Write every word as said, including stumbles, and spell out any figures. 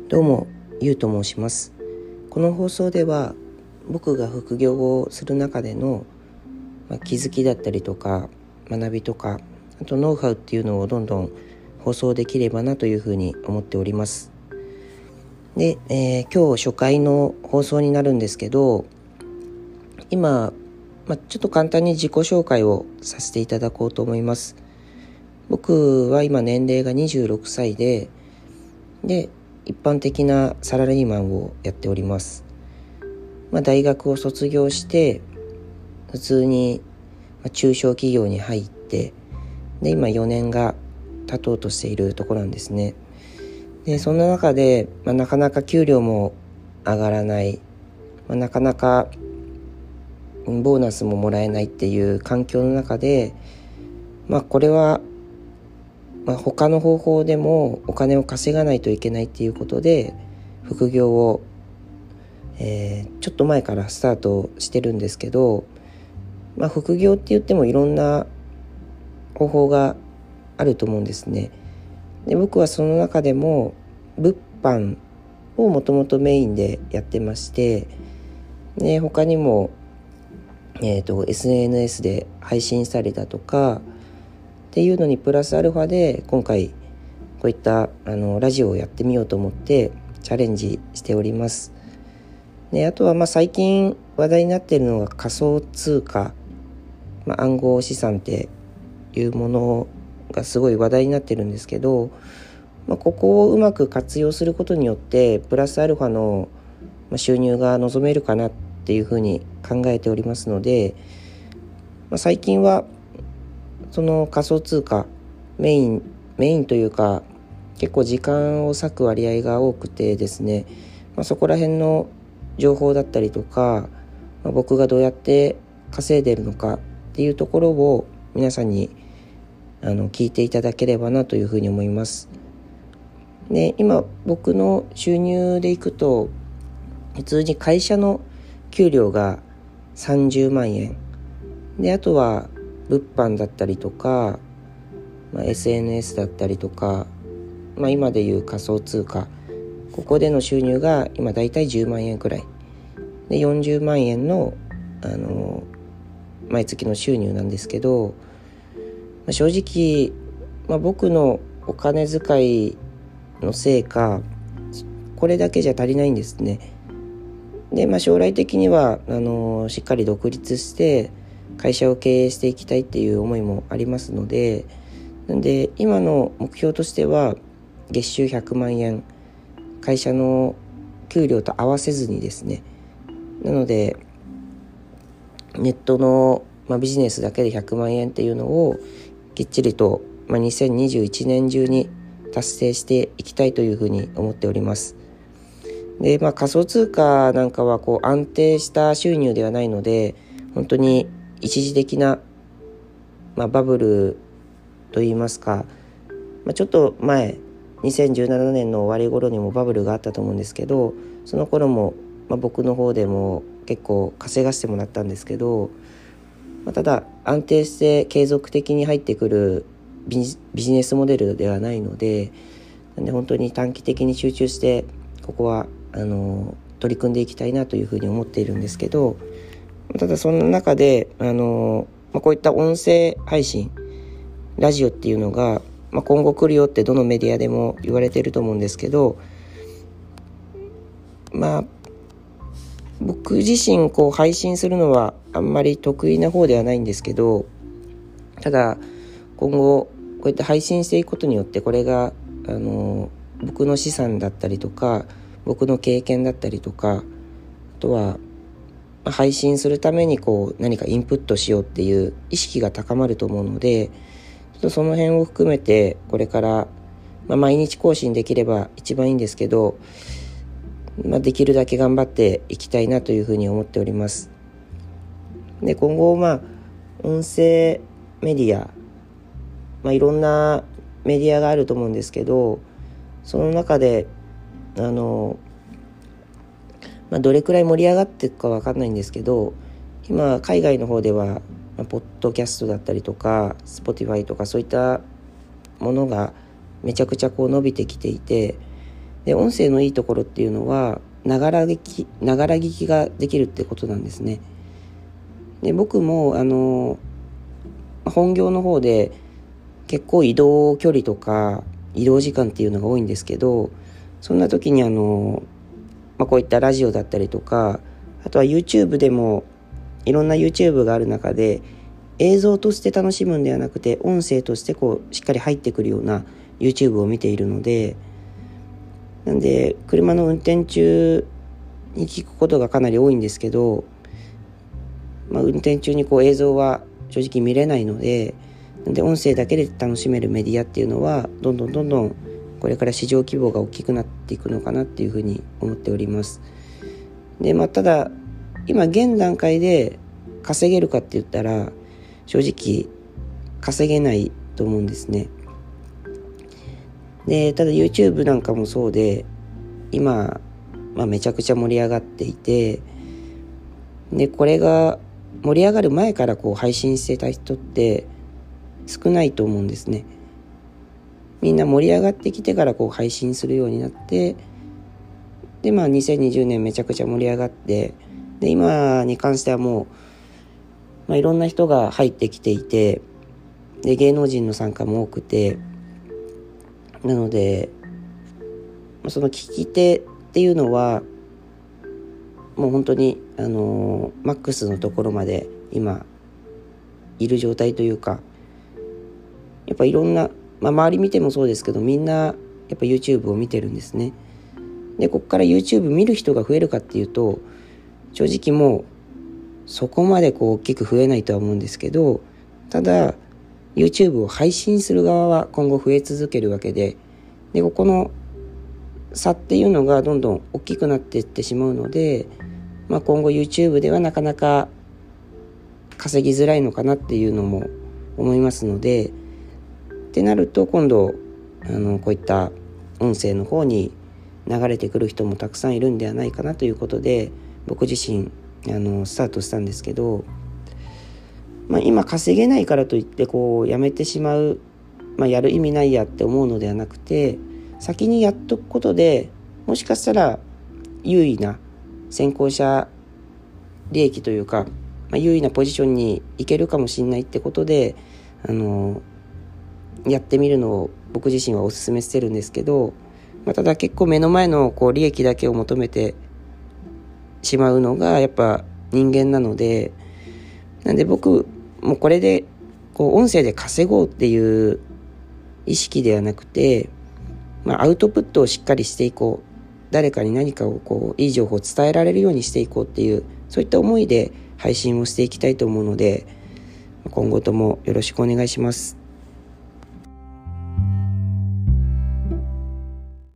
どうも、ゆうと申します。この放送では僕が副業をする中での、まあ、気づきだったりとか学びとか、あとノウハウっていうのをどんどん放送できればなというふうに思っております。で、えー、今日初回の放送になるんですけど、今、まあ、ちょっと簡単に自己紹介をさせていただこうと思います。僕は今年齢がにじゅうろくさいで、で一般的なサラリーマンをやっております。まあ、大学を卒業して普通に中小企業に入って、で今よねんが経とうとしているところなんですね。でそんな中で、まあ、なかなか給料も上がらない、まあ、なかなかボーナスももらえないっていう環境の中で、まあこれはまあ、他の方法でもお金を稼がないといけないっていうことで副業を、えー、ちょっと前からスタートしてるんですけど、まあ、副業って言ってもいろんな方法があると思うんですね。で僕はその中でも物販をもともとメインでやってまして、で他にも、えーと、エスエヌエス で配信したりだとかっていうのにプラスアルファで今回こういったあのラジオをやってみようと思ってチャレンジしております。であとはまあ最近話題になっているのが仮想通貨、まあ、暗号資産っていうものがすごい話題になってるんですけど、まあ、ここをうまく活用することによってプラスアルファの収入が望めるかなっていうふうに考えておりますので、まあ、最近はその仮想通貨メインメインというか結構時間を割く割合が多くてですね、まあ、そこら辺の情報だったりとか、まあ、僕がどうやって稼いでいるのかっていうところを皆さんにあの聞いていただければなというふうに思います。で今僕の収入でいくと普通に会社の給料がさんじゅうまんえんで、あとは物販だったりとか、まあ、エスエヌエス だったりとか、まあ、今でいう仮想通貨、ここでの収入が今だいたいじゅうまんえんくらいでよんじゅうまんえんの、あの毎月の収入なんですけど、まあ、正直、まあ、僕のお金遣いのせいかこれだけじゃ足りないんですね。で、まあ、将来的にはあのしっかり独立して会社を経営していきたいっていう思いもありますので、なんで今の目標としては月収ひゃくまんえん、会社の給料と合わせずにですね、なのでネットの、まあ、ビジネスだけでひゃくまんえんっていうのをきっちりと、まあ、にせんにじゅういちねん中に達成していきたいというふうに思っております。で、まあ、仮想通貨なんかはこう安定した収入ではないので、本当に一時的な、まあ、バブルといいますか、まあ、ちょっと前にせんじゅうななねんの終わり頃にもバブルがあったと思うんですけど、その頃も、まあ、僕の方でも結構稼がしてもらったんですけど、まあ、ただ安定して継続的に入ってくるビジ、ビジネスモデルではないので、なんで本当に短期的に集中してここはあの取り組んでいきたいなというふうに思っているんですけど、ただその中であの、まあ、こういった音声配信ラジオっていうのが、まあ、今後来るよってどのメディアでも言われていると思うんですけど、まあ僕自身こう配信するのはあんまり得意な方ではないんですけど、ただ今後こうやって配信していくことによってこれがあの僕の資産だったりとか僕の経験だったりとか、あとは配信するためにこう何かインプットしようっていう意識が高まると思うので、ちょっとその辺を含めてこれから、まあ、毎日更新できれば一番いいんですけど、まあ、できるだけ頑張っていきたいなというふうに思っております。で今後まあ音声メディア、まあ、いろんなメディアがあると思うんですけど、その中であのまあ、どれくらい盛り上がっていくか分かんないんですけど、今海外の方では、まあ、ポッドキャストだったりとか Spotify とかそういったものがめちゃくちゃこう伸びてきていて、 で音声のいいところっていうのはながら聞きながら聞きができるってことなんですね。で僕もあの本業の方で結構移動距離とか移動時間っていうのが多いんですけど、そんな時にあの、まあ、こういったラジオだったりとか、あとは YouTube でもいろんな YouTube がある中で映像として楽しむんではなくて音声としてこうしっかり入ってくるような YouTube を見ているので、なんで車の運転中に聞くことがかなり多いんですけど、まあ、運転中にこう映像は正直見れないので、なんで音声だけで楽しめるメディアっていうのはどんどんどんどんこれから市場規模が大きくなっていくのかなっていうふうに思っております。で、まあ、ただ今現段階で稼げるかって言ったら正直稼げないと思うんですね。で、ただ YouTube なんかもそうで今、まあ、めちゃくちゃ盛り上がっていて、でこれが盛り上がる前からこう配信してた人って少ないと思うんですね。みんな盛り上がってきてからこう配信するようになって、でまあにせんにじゅうねんめちゃくちゃ盛り上がって、で今に関してはもう、まあ、いろんな人が入ってきていて、で芸能人の参加も多くて、なのでその聞き手っていうのはもう本当にあのマックスのところまで今いる状態というか、やっぱいろんな、まあ、周り見てもそうですけどみんなやっぱ YouTube を見てるんですね。でここから YouTube 見る人が増えるかっていうと正直もうそこまでこう大きく増えないとは思うんですけど、ただ YouTube を配信する側は今後増え続けるわけで、でここの差っていうのがどんどん大きくなっていってしまうので、まあ、今後 YouTube ではなかなか稼ぎづらいのかなっていうのも思いますので、ってなると今度あのこういった音声の方に流れてくる人もたくさんいるんではないかなということで僕自身あのスタートしたんですけど、まあ、今稼げないからといってこうやめてしまう、まあ、やる意味ないやって思うのではなくて、先にやっとくことでもしかしたら優位な先行者利益というか、まあ、優位なポジションに行けるかもしれないってことであのやってみるのを僕自身はお勧めしてるんですけど、まあ、ただ結構目の前のこう利益だけを求めてしまうのがやっぱ人間なので、なんで僕もうこれでこう音声で稼ごうっていう意識ではなくて、まあ、アウトプットをしっかりしていこう、誰かに何かをこういい情報を伝えられるようにしていこうっていうそういった思いで配信をしていきたいと思うので、今後ともよろしくお願いします。